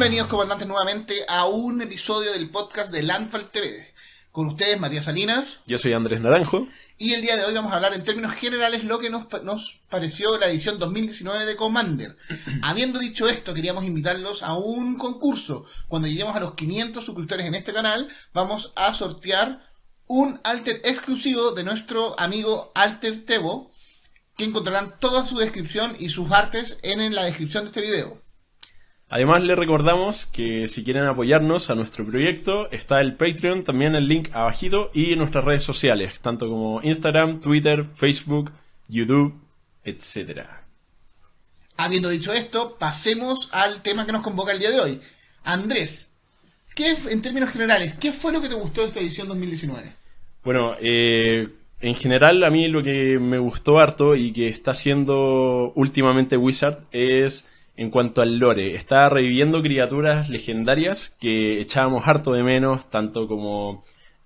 Bienvenidos, comandantes, nuevamente a un episodio del podcast de Landfall TV. Con ustedes, Matías Salinas. Yo soy Andrés Naranjo. Y el día de hoy vamos a hablar en términos generales lo que nos pareció la edición 2019 de Commander. Habiendo dicho esto, queríamos invitarlos a un concurso. Cuando lleguemos a los 500 suscriptores en este canal, vamos a sortear un alter exclusivo de nuestro amigo Alter Tebo, que encontrarán toda su descripción y sus artes en la descripción de este video. Además les recordamos que si quieren apoyarnos a nuestro proyecto, está el Patreon, también el link abajito, y en nuestras redes sociales, tanto como Instagram, Twitter, Facebook, YouTube, etc. Habiendo dicho esto, pasemos al tema que nos convoca el día de hoy. Andrés, en términos generales, ¿qué fue lo que te gustó de esta edición 2019? Bueno, en general a mí lo que me gustó harto y que está haciendo últimamente Wizard es... En cuanto al lore, está reviviendo criaturas legendarias que echábamos harto de menos, tanto como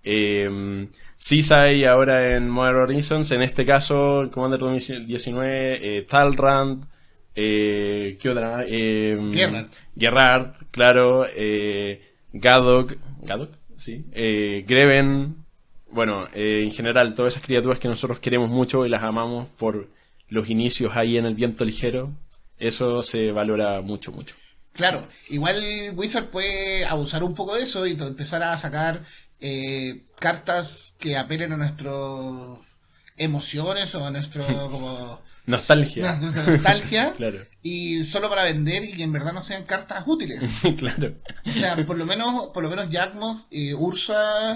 Seaside ahora en Modern Horizons, en este caso en Commander 2019, Talrand, ¿qué otra? Gerard, claro, Gadok, sí, Greven, bueno, en general todas esas criaturas que nosotros queremos mucho y las amamos por los inicios ahí en el viento ligero. Eso se valora mucho, mucho. Claro, igual Wizard puede abusar un poco de eso y empezar a sacar cartas que apelen a nuestras emociones o a nuestro como nostalgia. Nuestra nostalgia. Claro. Y solo para vender y que en verdad no sean cartas útiles. Claro. O sea, por lo menos Yawgmoth, Ursa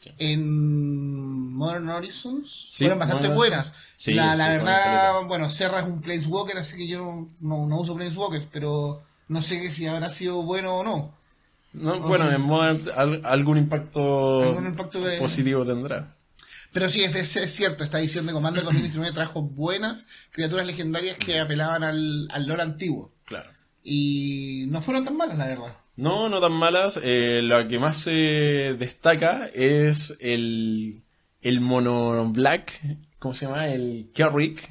en Modern Horizons fueron bastante buenas. Sí, la verdad, bueno, Serra es un Planeswalker, así que yo no uso Planeswalkers, pero no sé si habrá sido bueno o no. Bueno, en Modern algún impacto positivo tendrá. Pero sí, es cierto, esta edición de Commander 2019 trajo buenas criaturas legendarias que apelaban al lore antiguo. Claro. Y no fueron tan malas, la verdad. No tan malas. Lo que más se destaca es el mono black. ¿Cómo se llama? El Kerrick.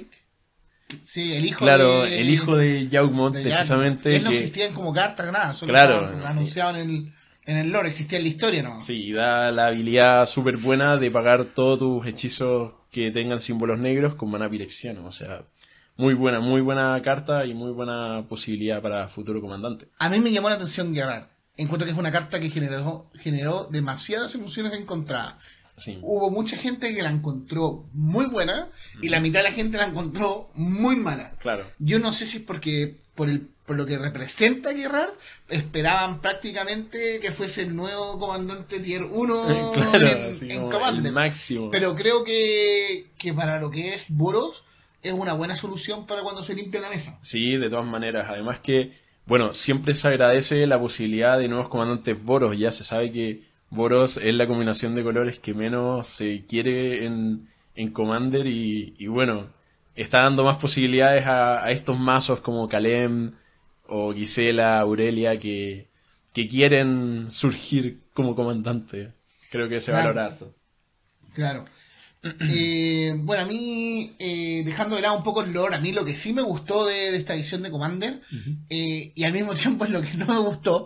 Sí, el hijo claro, el hijo de Yawgmoth, precisamente. Él no existía como carta, nada. Solo anunciado en el lore, existía en la historia, ¿no? Sí, da la habilidad súper buena de pagar todos tus hechizos que tengan símbolos negros con maná Pirexiano. O sea... Muy buena carta y muy buena posibilidad para futuro comandante. A mí me llamó la atención Gerard. Encuentro que es una carta que generó demasiadas emociones encontradas. Sí. Hubo mucha gente que la encontró muy buena y la mitad de la gente la encontró muy mala. Claro. Yo no sé si es porque por lo que representa Gerard esperaban prácticamente que fuese el nuevo comandante tier 1 claro, en Commander. El máximo. Pero creo que para lo que es Boros es una buena solución para cuando se limpia la mesa. Sí, de todas maneras. Además que, bueno, siempre se agradece la posibilidad de nuevos comandantes Boros. Ya se sabe que Boros es la combinación de colores que menos se quiere en Commander y bueno, está dando más posibilidades a estos mazos como Kalem o Gisela, Aurelia que quieren surgir como comandante. Creo que se valora harto. Claro. Bueno, a mí, dejando de lado un poco el lore, a mí lo que sí me gustó de esta edición de Commander, y al mismo tiempo es lo que no me gustó,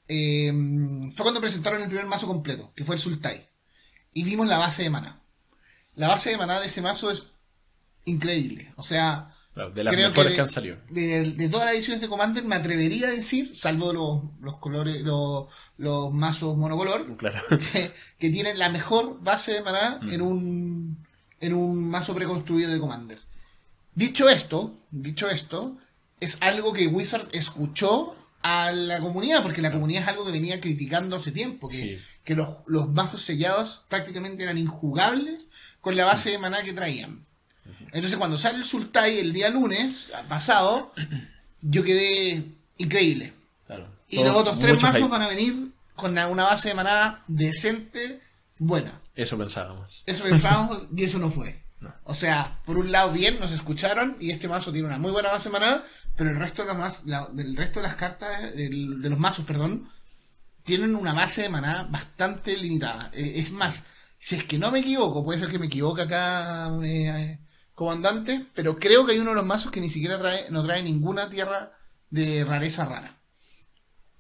fue cuando presentaron el primer mazo completo, que fue el Sultai. Y vimos la base de maná. La base de maná de ese mazo es increíble. O sea, claro, de las mejores que han salido. De todas las ediciones de Commander me atrevería a decir, salvo los colores, los mazos monocolor, claro, que tienen la mejor base de maná en un mazo preconstruido de Commander. Dicho esto, es algo que Wizard escuchó a la comunidad, porque la comunidad es algo que venía criticando hace tiempo, que los mazos sellados prácticamente eran injugables con la base de maná que traían. Entonces cuando sale el Sultai el día lunes pasado, yo quedé increíble. Claro. Y los otros 3 mazos van a venir con una base de maná decente, buena. Eso pensábamos. Y eso no fue. No. O sea, por un lado bien, nos escucharon y este mazo tiene una muy buena base de maná, pero el resto del resto de las cartas, de los mazos, tienen una base de maná bastante limitada. Es más, si es que no me equivoco, puede ser que me equivoque acá, comandante, pero creo que hay uno de los mazos que ni siquiera no trae ninguna tierra de rareza rara.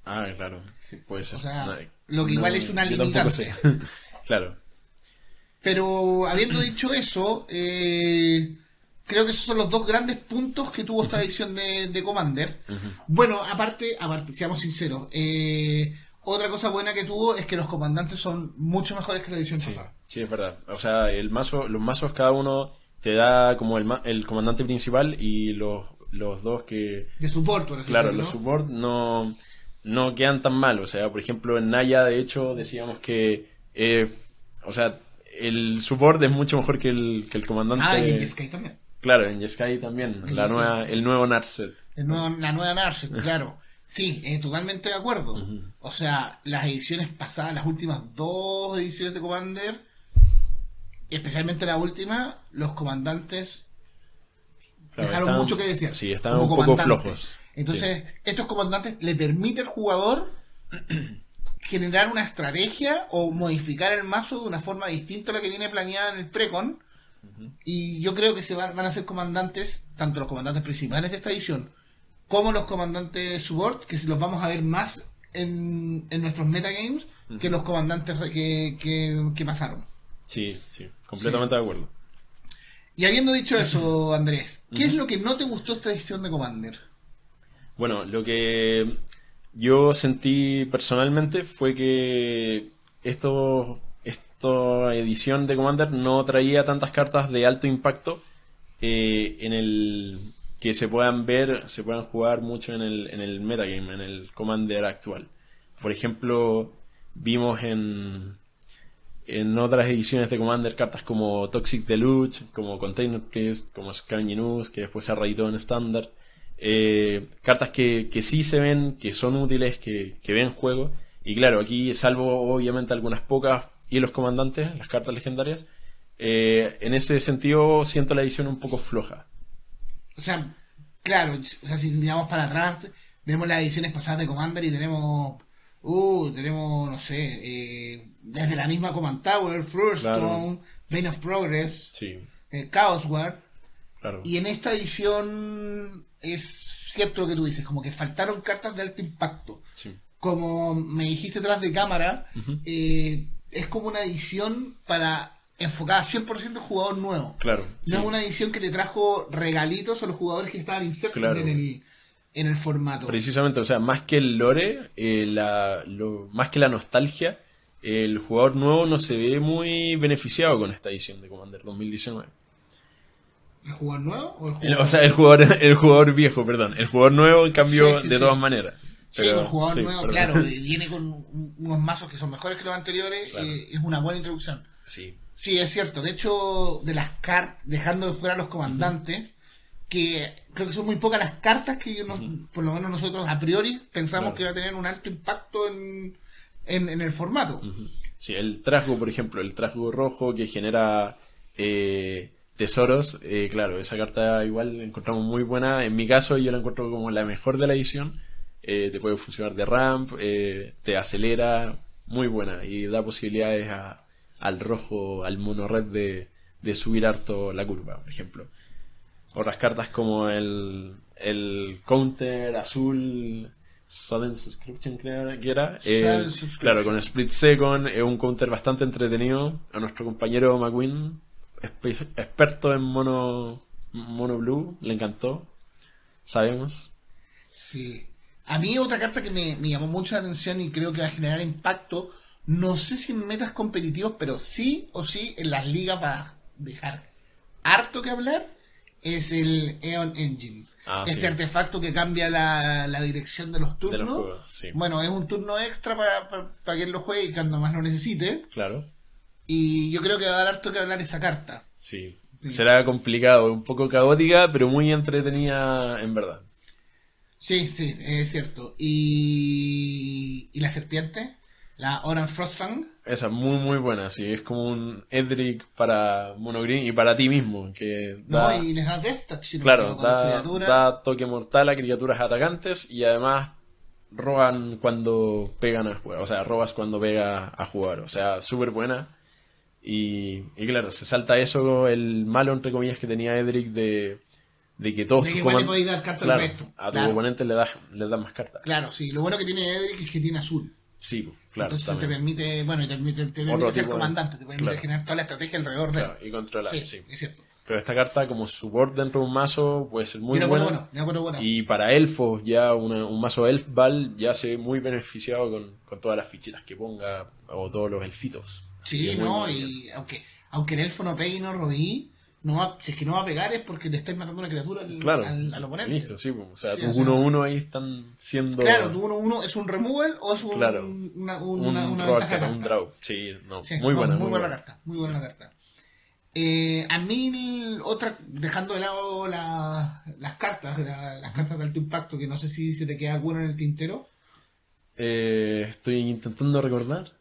Ah, claro, sí, puede ser. O sea, No, lo que igual es una yo tampoco sé. limitante. Claro, Pero habiendo dicho eso, creo que esos son los dos grandes puntos que tuvo esta edición de Commander. Bueno, aparte, seamos sinceros, otra cosa buena que tuvo es que los comandantes son mucho mejores que la edición sí, pasada. sí, es verdad. O sea, los mazos cada uno te da como el comandante principal y los dos que... De support, por así Claro, decirlo, los ¿no? support no quedan tan mal. O sea, por ejemplo, en Naya, de hecho, decíamos que... o sea, el support es mucho mejor que el Ah, y en comandante... Jeskai también. Claro, en Jeskai también. El nuevo Narset. La nueva Narset, claro. Sí, totalmente de acuerdo. O sea, las ediciones pasadas, las últimas dos ediciones de Commander, especialmente la última, los comandantes Claro, dejaron mucho que desear. sí, estaban Como un poco comandantes. flojos. Entonces, estos comandantes le permiten al jugador generar una estrategia o modificar el mazo de una forma distinta a la que viene planeada en el precon. Y yo creo que van a ser comandantes, tanto los comandantes principales de esta edición como los comandantes support, que se los vamos a ver más en nuestros metagames que los comandantes que pasaron. Sí, sí, completamente de acuerdo. Y habiendo dicho eso, Andrés, ¿qué es lo que no te gustó esta edición de Commander? Bueno, lo que yo sentí personalmente fue que esta edición de Commander no traía tantas cartas de alto impacto en el que se puedan ver, se puedan jugar mucho en el metagame, en el Commander actual. Por ejemplo, vimos en otras ediciones de Commander cartas como Toxic Deluge, como Container Priest, como Scavenging Ooze, que después se reeditó en estándar. Cartas que sí se ven, que son útiles, que ven juego. Y claro, aquí, salvo obviamente algunas pocas y los comandantes, las cartas legendarias, en ese sentido siento la edición un poco floja. O sea, claro, o sea, si miramos para atrás, vemos las ediciones pasadas de Commander y tenemos, no sé, desde la misma Command Tower, Firestone, Claro. Bane of Progress, Sí, Chaos War. claro. Y en esta edición es cierto lo que tú dices, como que faltaron cartas de alto impacto. Sí. Como me dijiste tras de cámara, es como una edición para enfocada 100% al jugador nuevo. Claro. No Sí. es una edición que le trajo regalitos a los jugadores que estaban insertos Claro. en el formato. Precisamente, o sea, más que el lore, más que la nostalgia, el jugador nuevo no se ve muy beneficiado con esta edición de Commander 2019. ¿El jugador nuevo o el O jugador? sea, el jugador viejo, perdón. El jugador nuevo, en cambio, Sí, de sí. todas maneras. Sí, Pero- el jugador sí, nuevo, perdón. claro, viene con unos mazos que son mejores que los anteriores, Claro. es una buena introducción. Sí, Sí, es cierto. De hecho, de las cartas, dejando de fuera a los comandantes, que creo que son muy pocas las cartas que por lo menos nosotros a priori pensamos Claro. que va a tener un alto impacto en el formato. sí, el trasgo, por ejemplo, el trasgo rojo que genera tesoros, claro, esa carta igual la encontramos muy buena. En mi caso, yo la encuentro como la mejor de la edición. Te puede funcionar de ramp, te acelera, muy buena y da posibilidades al rojo, al mono red de subir harto la curva, por ejemplo. Otras cartas como el counter azul, Sudden Subscription creo que era. Sudden Subscription. Claro, con Split Second es un counter bastante entretenido. A nuestro compañero McQueen, experto en mono blue, le encantó. Sabemos. Sí. A mí otra carta que me llamó mucho la atención y creo que va a generar impacto, no sé si en metas competitivos, pero sí o sí en las ligas va a dejar harto que hablar, es el Aeon Engine. Ah, Este sí. artefacto que cambia la dirección de los turnos. De los juegos, sí. Bueno, es un turno extra para quien lo juegue y cuando más lo necesite. Claro. Y yo creo que va a dar harto que hablar esa carta. Sí. Será complicado, un poco caótica, pero muy entretenida en verdad. Sí, sí, es cierto. Y la serpiente, la Oran Frostfang. Esa es muy muy buena, sí, es como un Edric para Mono Green y para ti mismo, que da, No, y les da Death Touch, si no me claro, equivoco, a las criaturas. da toque mortal a criaturas atacantes y además roban cuando pegan a jugar, o sea, robas cuando pega a jugar, o sea, súper buena. Y claro, se salta eso, el malo entre comillas que tenía Edric de de que todos De tus que igual le comandantes... podéis dar carta Claro, al resto. a tus Claro. oponentes le das más cartas. Claro, sí. Lo bueno que tiene Edric es que tiene azul. Sí, pues, claro, Entonces también. te permite, bueno, y te permite Otro ser tipo de- comandante, te permite claro. generar toda la estrategia alrededor de él. Claro, y controlar, Sí, sí. es cierto. Pero esta carta, como support dentro de un mazo, puede ser muy Me buena. acuerdo bueno, me acuerdo bueno. Y para elfos, ya un mazo elfbal ya se ve muy beneficiado con todas las fichitas que ponga, o todos los elfitos. Sí, es muy, no, muy bien. y aunque el elfo no pegue y no robí, si es que no va a pegar es porque le estáis matando una criatura Claro, al oponente. listo, sí, pues, o sea, Sí, tus o sea- 1-1 ahí están siendo Claro, tu 1-1 es un removal o es Claro. una un ventaja roll de card, carta. un draw. Sí, no, Sí, muy no, buena, muy buena buena. carta, muy buena carta. A mí, dejando de lado las cartas, las cartas de alto impacto, que no sé si se te queda alguna en el tintero. Estoy intentando recordar.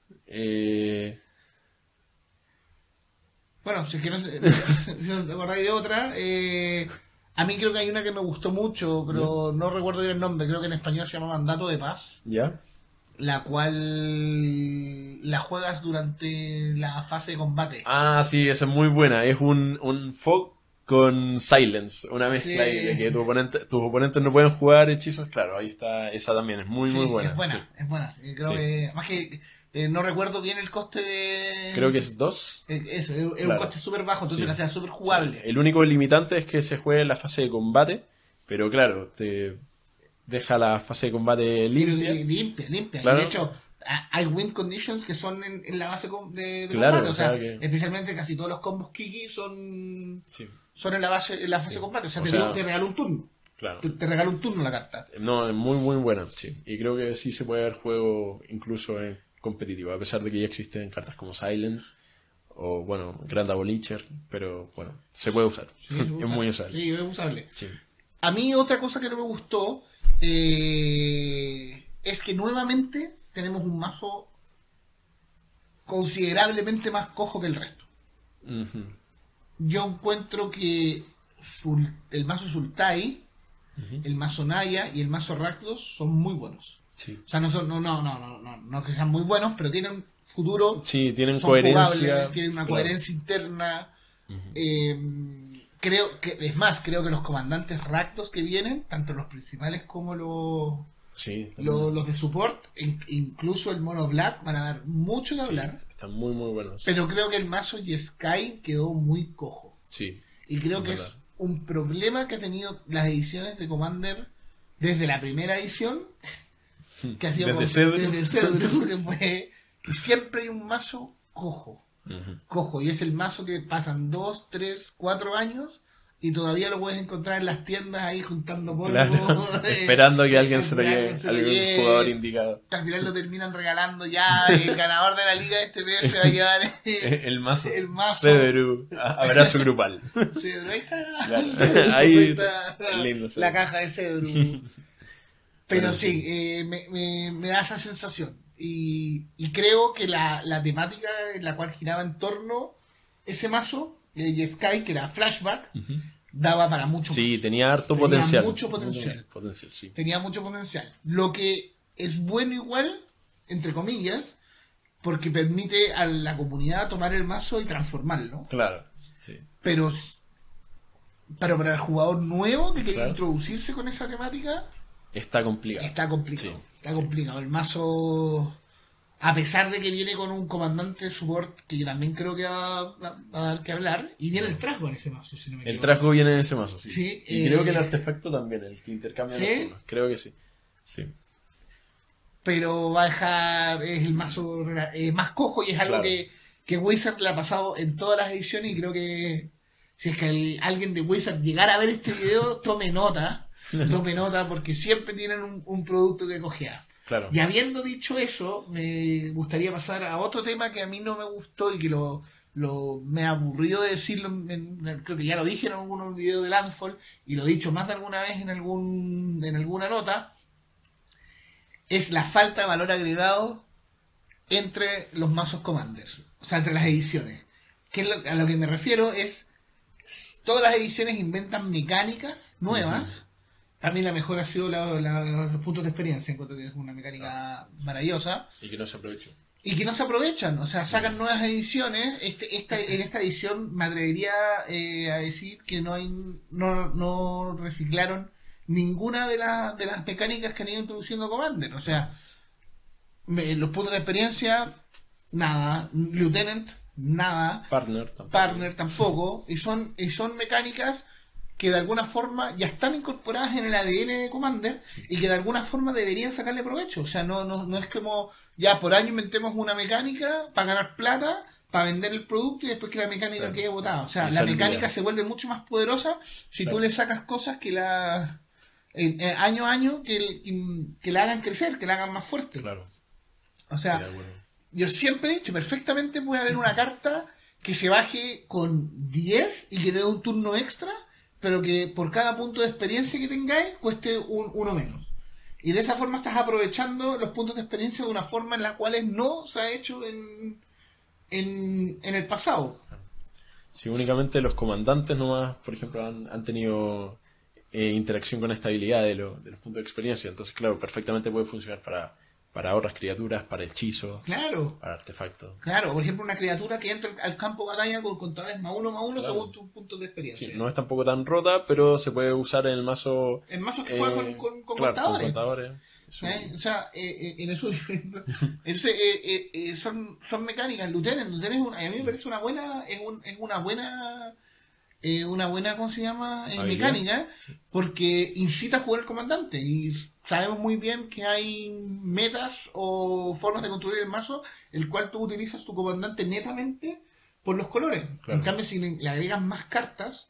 Bueno, si es que no, si no te acordáis de otra, a mí creo que hay una que me gustó mucho, pero no recuerdo bien el nombre, creo que en español se llama Mandato de Paz, ¿Ya? la cual la juegas durante la fase de combate. Ah, sí, esa es muy buena. Es un fog con silence. Una mezcla Sí. ahí de que tus oponentes no pueden jugar hechizos. Claro, ahí está. Esa también es muy, Sí, muy buena. es buena, Sí. es buena. Creo Sí. que, más que no recuerdo bien el coste de... Creo que es 2. Eso, es un Claro. coste súper bajo, entonces Sí. la hacía súper jugable. El único limitante es que se juegue en la fase de combate. Pero claro, te deja la fase de combate limpia. Limpia. Claro. Y de hecho, hay win conditions que son en la base de Claro, combate. O sea, o sea que- especialmente casi todos los combos Kiki son Sí, en la fase de combate. O sea, O te, sea- te regala un turno. claro. Te regala un turno la carta. No, es muy, muy buena, sí. Y creo que sí se puede ver juego incluso en competitivo, a pesar de que ya existen cartas como Silence o, bueno, Grand Abolicher, pero bueno, se puede usar. Sí, se puede Es usar. muy usable. Sí, es usable. Sí. A mí otra cosa que no me gustó es que nuevamente tenemos un mazo considerablemente más cojo que el resto. Ujú. Yo encuentro que el mazo Sultai, el mazo Naya y el mazo Rakdos son muy buenos. Sí. O sea, no que sean muy buenos, pero tienen futuro. Sí, tienen son coherencia. jugables, tienen una claro. coherencia interna. Creo que los comandantes Rakdos que vienen, tanto los principales como Sí, los de support, incluso el mono Black, van a dar mucho de sí, hablar. están muy, muy buenos. Pero creo que el mazo Sky quedó muy cojo. Sí. Y creo Es que verdad. es un problema que ha tenido las ediciones de Commander desde la primera edición, que ha sido Desde Cedru. desde Cedru, que fue que siempre hay un mazo cojo. Ujú. Cojo, y es el mazo que pasan 2, 3, 4 años y todavía lo puedes encontrar en las tiendas ahí juntando polvo. Claro. Esperando que alguien se lo esperando lleve, que se lo algún lleve. jugador indicado. Al final lo terminan regalando ya, el ganador de la liga de este mes se va a llevar El mazo. el mazo. Cederu. Abrazo grupal. Sí, ahí está. Claro. Ahí está lindo, sí. la caja de Cedru. Pero Pero sí, me da esa sensación. Y creo que la temática en la cual giraba en torno ese mazo, y Sky, que era flashback, daba para mucho Sí, más. tenía harto Tenía potencial. mucho potencial. Potencial, sí. Tenía mucho potencial. Lo que es bueno igual, entre comillas, porque permite a la comunidad tomar el mazo y transformarlo. Claro, sí. Pero para el jugador nuevo que quiere Claro. introducirse con esa temática, Está complicado. está complicado. Sí, Está complicado. El mazo, a pesar de que viene con un comandante support que también creo que va a dar que hablar, y viene el trasgo en ese mazo, si no me El equivoco. trasgo viene en ese mazo, sí. Sí, y creo que el artefacto también, el que intercambia ¿sí? los turnos. Creo que sí. Sí. Pero va a dejar, es el mazo más cojo y es algo Claro. que Wizard le ha pasado en todas las ediciones y creo que si es que alguien de Wizard llegara a ver este video, tome nota porque siempre tienen un producto que cojear. Claro. Y habiendo dicho eso, me gustaría pasar a otro tema que a mí no me gustó y que me ha aburrido de decirlo, creo que ya lo dije en algún video de Landfall y lo he dicho más de alguna vez en alguna nota, es la falta de valor agregado entre los mazos Commanders, o sea, entre las ediciones. A lo que me refiero es, todas las ediciones inventan mecánicas nuevas. También la mejor ha sido los puntos de experiencia, encuentro que es una mecánica maravillosa. Y que no se aprovechó. y que no se aprovechan, o sea, sacan nuevas ediciones. En esta edición me atrevería a decir que no reciclaron ninguna de las mecánicas que han ido introduciendo Commander. O sea, los puntos de experiencia, nada. Lieutenant, nada. Partner tampoco. Y son mecánicas que de alguna forma ya están incorporadas en el ADN de Commander y que de alguna forma deberían sacarle provecho. O sea, no es como ya por año inventemos una mecánica para ganar plata, para vender el producto y después que la mecánica quede botada. O sea, la mecánica se vuelve mucho más poderosa si tú le sacas cosas que año a año que la hagan crecer, que la hagan más fuerte. Claro. O sea, yo siempre he dicho, perfectamente puede haber una carta que se baje con 10 y que te dé un turno extra, pero que por cada punto de experiencia que tengáis cueste uno menos. Y de esa forma estás aprovechando los puntos de experiencia de una forma en la cual no se ha hecho en el pasado. Sí, únicamente los comandantes nomás, por ejemplo, han tenido interacción con esta habilidad de los puntos de experiencia. Entonces, claro, perfectamente puede funcionar para otras criaturas, para hechizos, claro, para artefactos. Claro, por ejemplo, una criatura que entra al campo de batalla con contadores +1/+1 claro, según tus puntos de experiencia. Sí, no es tampoco tan rota, pero se puede usar en el mazo. En mazos que juegan con claro, contadores. Con contadores. O sea, en eso, son mecánicas. Lieutenant a mí me parece una buena, una buena, ¿cómo se llama? Mecánica, sí, porque incita a jugar el comandante y sabemos muy bien que hay metas o formas de construir el mazo el cual tú utilizas tu comandante netamente por los colores. Claro. En cambio, si le agregas más cartas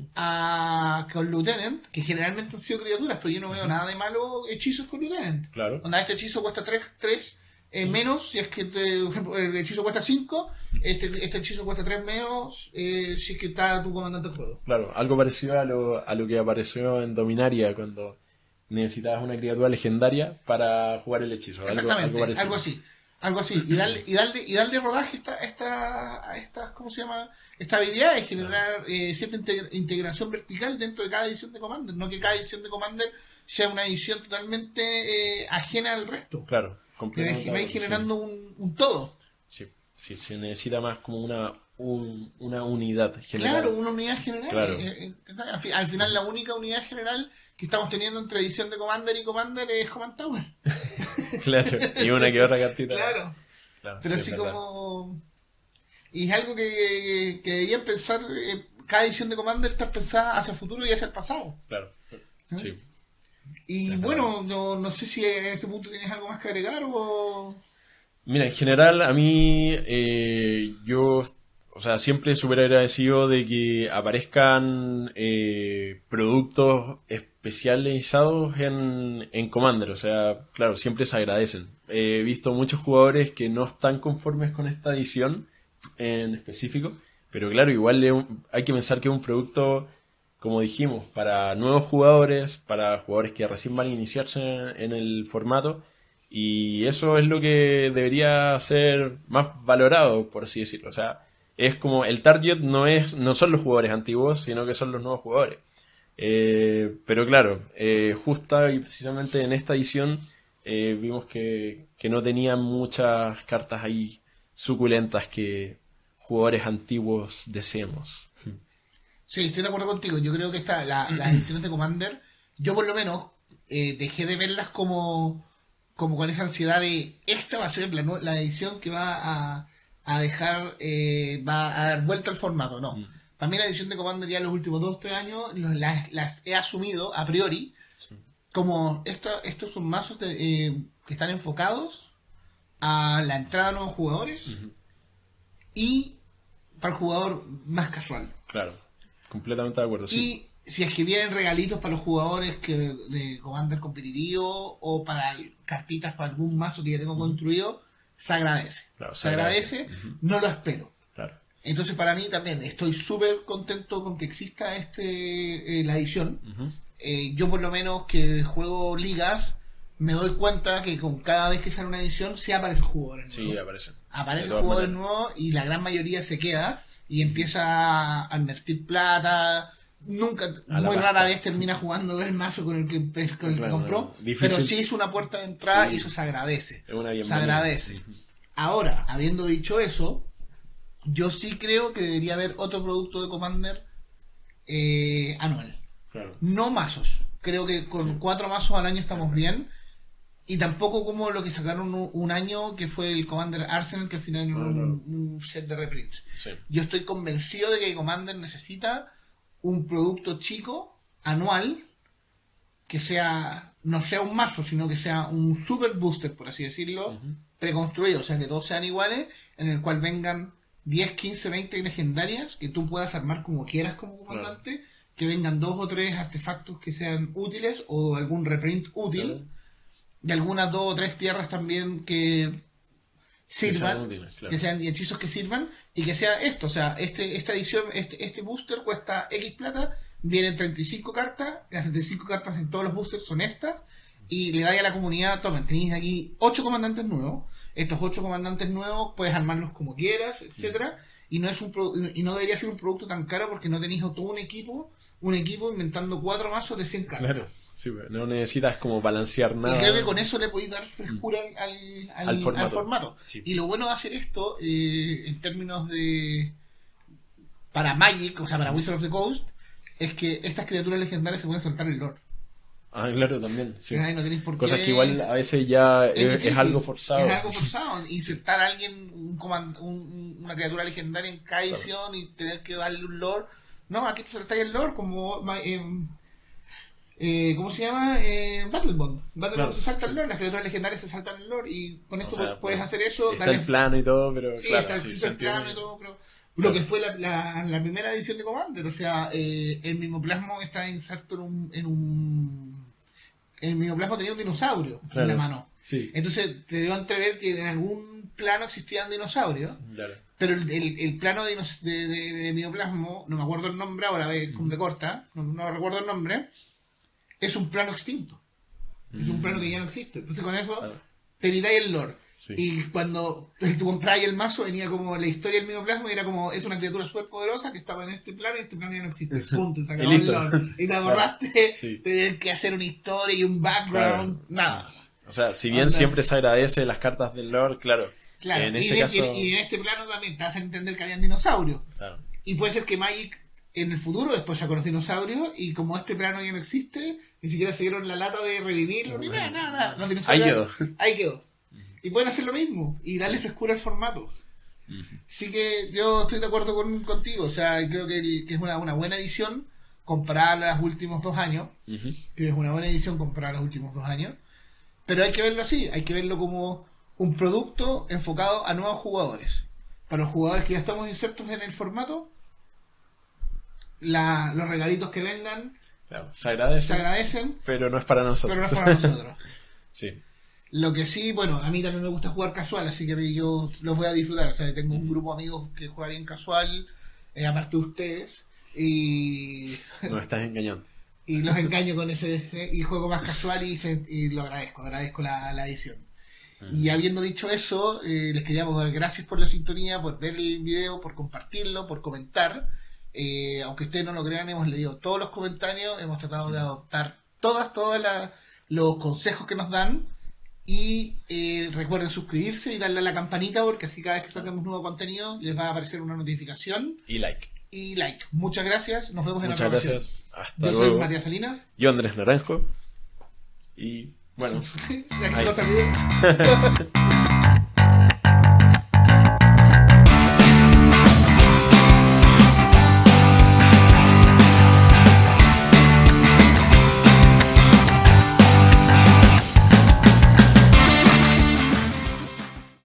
con Lieutenant, que generalmente han sido criaturas, pero yo no veo nada de malo hechizos con Lieutenant. Claro. Donde este hechizo cuesta 3 menos, si es que por ejemplo el hechizo cuesta 5, este hechizo cuesta 3 menos si es que está tu comandante en juego. Claro, algo parecido a lo que apareció en Dominaria cuando necesitabas una criatura legendaria para jugar el hechizo. Exactamente, algo así. Y darle rodaje a estas, ¿cómo se llama? Esta habilidad es generar cierta integración vertical dentro de cada edición de Commander, no que cada edición de Commander sea una edición totalmente ajena al resto. Claro. Que va generando un todo. Sí, se necesita más como una unidad general. Claro, una unidad general. Claro. Al final la única unidad general que estamos teniendo entre edición de Commander y Commander es Command Tower. Claro, y una que otra cartita. Claro. Pero sí, así como... Y es algo que deberían pensar, cada edición de Commander está pensada hacia el futuro y hacia el pasado. Claro, sí. Y bueno, no sé si en este punto tienes algo más que agregar o... Mira, en general a mí yo, o sea, siempre súper agradecido de que aparezcan productos especializados en Commander. O sea, claro, siempre se agradecen. He visto muchos jugadores que no están conformes con esta edición en específico, pero claro, igual hay que pensar que es un producto, como dijimos, para nuevos jugadores, para jugadores que recién van a iniciarse en el formato, y eso es lo que debería ser más valorado, por así decirlo. O sea, es como el target no son los jugadores antiguos, sino que son los nuevos jugadores. Pero claro, justa y precisamente en esta edición vimos que no tenían muchas cartas ahí suculentas que jugadores antiguos deseemos. Sí, estoy de acuerdo contigo. Yo creo que las ediciones de Commander, yo por lo menos dejé de verlas como con esa ansiedad de esta va a ser la edición que va a dejar, va a dar vuelta al formato. No. Para mí la edición de Commander ya en los últimos 2-3 años las he asumido a priori como estos son mazos que están enfocados a la entrada de nuevos jugadores y para el jugador más casual. Claro. Completamente de acuerdo, sí. Y si es que vienen regalitos para los jugadores de Commander competitivo o para cartitas para algún mazo que ya tengo construido, se agradece. Claro, se agradece, no lo espero. Claro. Entonces para mí también estoy súper contento con que exista la edición. Yo por lo menos que juego ligas, me doy cuenta que con cada vez que sale una edición se aparecen jugadores nuevos. Sí, aparecen. Aparecen jugadores nuevos y la gran mayoría se queda y empieza a invertir plata. Nunca, muy rara vez termina jugando el mazo con el que compró, pero sí es una puerta de entrada y eso se agradece. Es una se agradece. Ahora, habiendo dicho eso, yo sí creo que debería haber otro producto de Commander anual. Claro. No mazos. Creo que con 4 mazos al año estamos bien. Y tampoco como lo que sacaron un año, que fue el Commander Arsenal, que al final era un set de reprints. Sí. Yo estoy convencido de que Commander necesita un producto chico, anual, que sea no sea un mazo, sino que sea un super booster, por así decirlo, preconstruido, o sea, que todos sean iguales, en el cual vengan 10, 15, 20 legendarias que tú puedas armar como quieras como comandante, que vengan 2 o 3 artefactos que sean útiles o algún reprint útil, y algunas 2 o 3 tierras también que sirvan, que sean hechizos que sirvan, y que sea esto, o sea, esta edición, este booster cuesta X plata, vienen 35 cartas, las 35 cartas en todos los boosters son estas, y le da a la comunidad, tomen, tenéis aquí 8 comandantes nuevos, estos 8 comandantes nuevos puedes armarlos como quieras, etcétera, y no no debería ser un producto tan caro porque no tenéis todo un equipo inventando 4 mazos de 100 cartas. Claro, sí, no necesitas como balancear nada. Y creo que con eso le podéis dar frescura al formato. Sí. Y lo bueno de hacer esto, en términos de... para Magic, o sea, para Wizards of the Coast, es que estas criaturas legendarias se pueden saltar el lore. Ah, claro, también. Sí. Ay, no tenéis por qué... Cosas que igual a veces ya es algo forzado. Es algo forzado. Insertar a alguien, una criatura legendaria en cada edición y tener que darle un lore. No, aquí te saltáis el lore como... ¿cómo se llama? Battlebond. Battlebond se salta el lore, las criaturas legendarias se saltan el lore y con esto puedes hacer eso. Está el plano y todo, pero sí, claro, está el plano y todo, pero... Lo que fue la primera edición de Commander, o sea, el Mimoplasmo está inserto el Mimoplasmo tenía un dinosaurio en la mano. Sí. Entonces te dio a entrever que en algún plano existían dinosaurios. Claro. Pero el plano de Mimoplasmo, no me acuerdo el nombre ahora, de corta, no recuerdo el nombre, es un plano extinto. Es un plano que ya no existe. Entonces con eso te evitáis el lore. Sí. Y cuando tú comprabas el mazo, venía como la historia del Mimoplasmo y era como, es una criatura súper poderosa que estaba en este plano y este plano ya no existe. Punto, se acabó el lore. Y te ahorraste tener que hacer una historia y un background, nada. O sea, si bien siempre se agradece las cartas del lore, claro. En este caso... y en este plano también te hacen entender que habían dinosaurios. Claro. Y puede ser que Magic en el futuro después sacó los dinosaurios y como este plano ya no existe, ni siquiera se dieron la lata de revivirlo, ni nada. Los dinosaurios ahí quedó. Y pueden hacer lo mismo y darle frescura al formato. Así que yo estoy de acuerdo contigo. O sea, creo que es una buena edición comparada a los últimos 2 años. Creo que es una buena edición comparada a los últimos 2 años. Pero hay que verlo así. Hay que verlo como un producto enfocado a nuevos jugadores. Para los jugadores que ya estamos insertos en el formato, los regalitos que vengan se agradecen. Pero no es para nosotros. Sí. Lo que sí, bueno, a mí también me gusta jugar casual, así que yo los voy a disfrutar. O sea, tengo un grupo de amigos que juega bien casual, aparte de ustedes, y... Nos estás engañando. Y los engaño con ese, y juego más casual y lo agradezco la edición. Y habiendo dicho eso, les queríamos dar gracias por la sintonía, por ver el video, por compartirlo, por comentar. Aunque ustedes no lo crean, hemos leído todos los comentarios, hemos tratado de adoptar todos los consejos que nos dan. Y recuerden suscribirse y darle a la campanita porque así cada vez que saquemos nuevo contenido les va a aparecer una notificación. Y like. Muchas gracias. Nos vemos en otra ocasión. Muchas gracias. Hasta luego. Yo soy Matías Salinas. Yo Andrés Naranjo. Y bueno. Ya que se corta el video.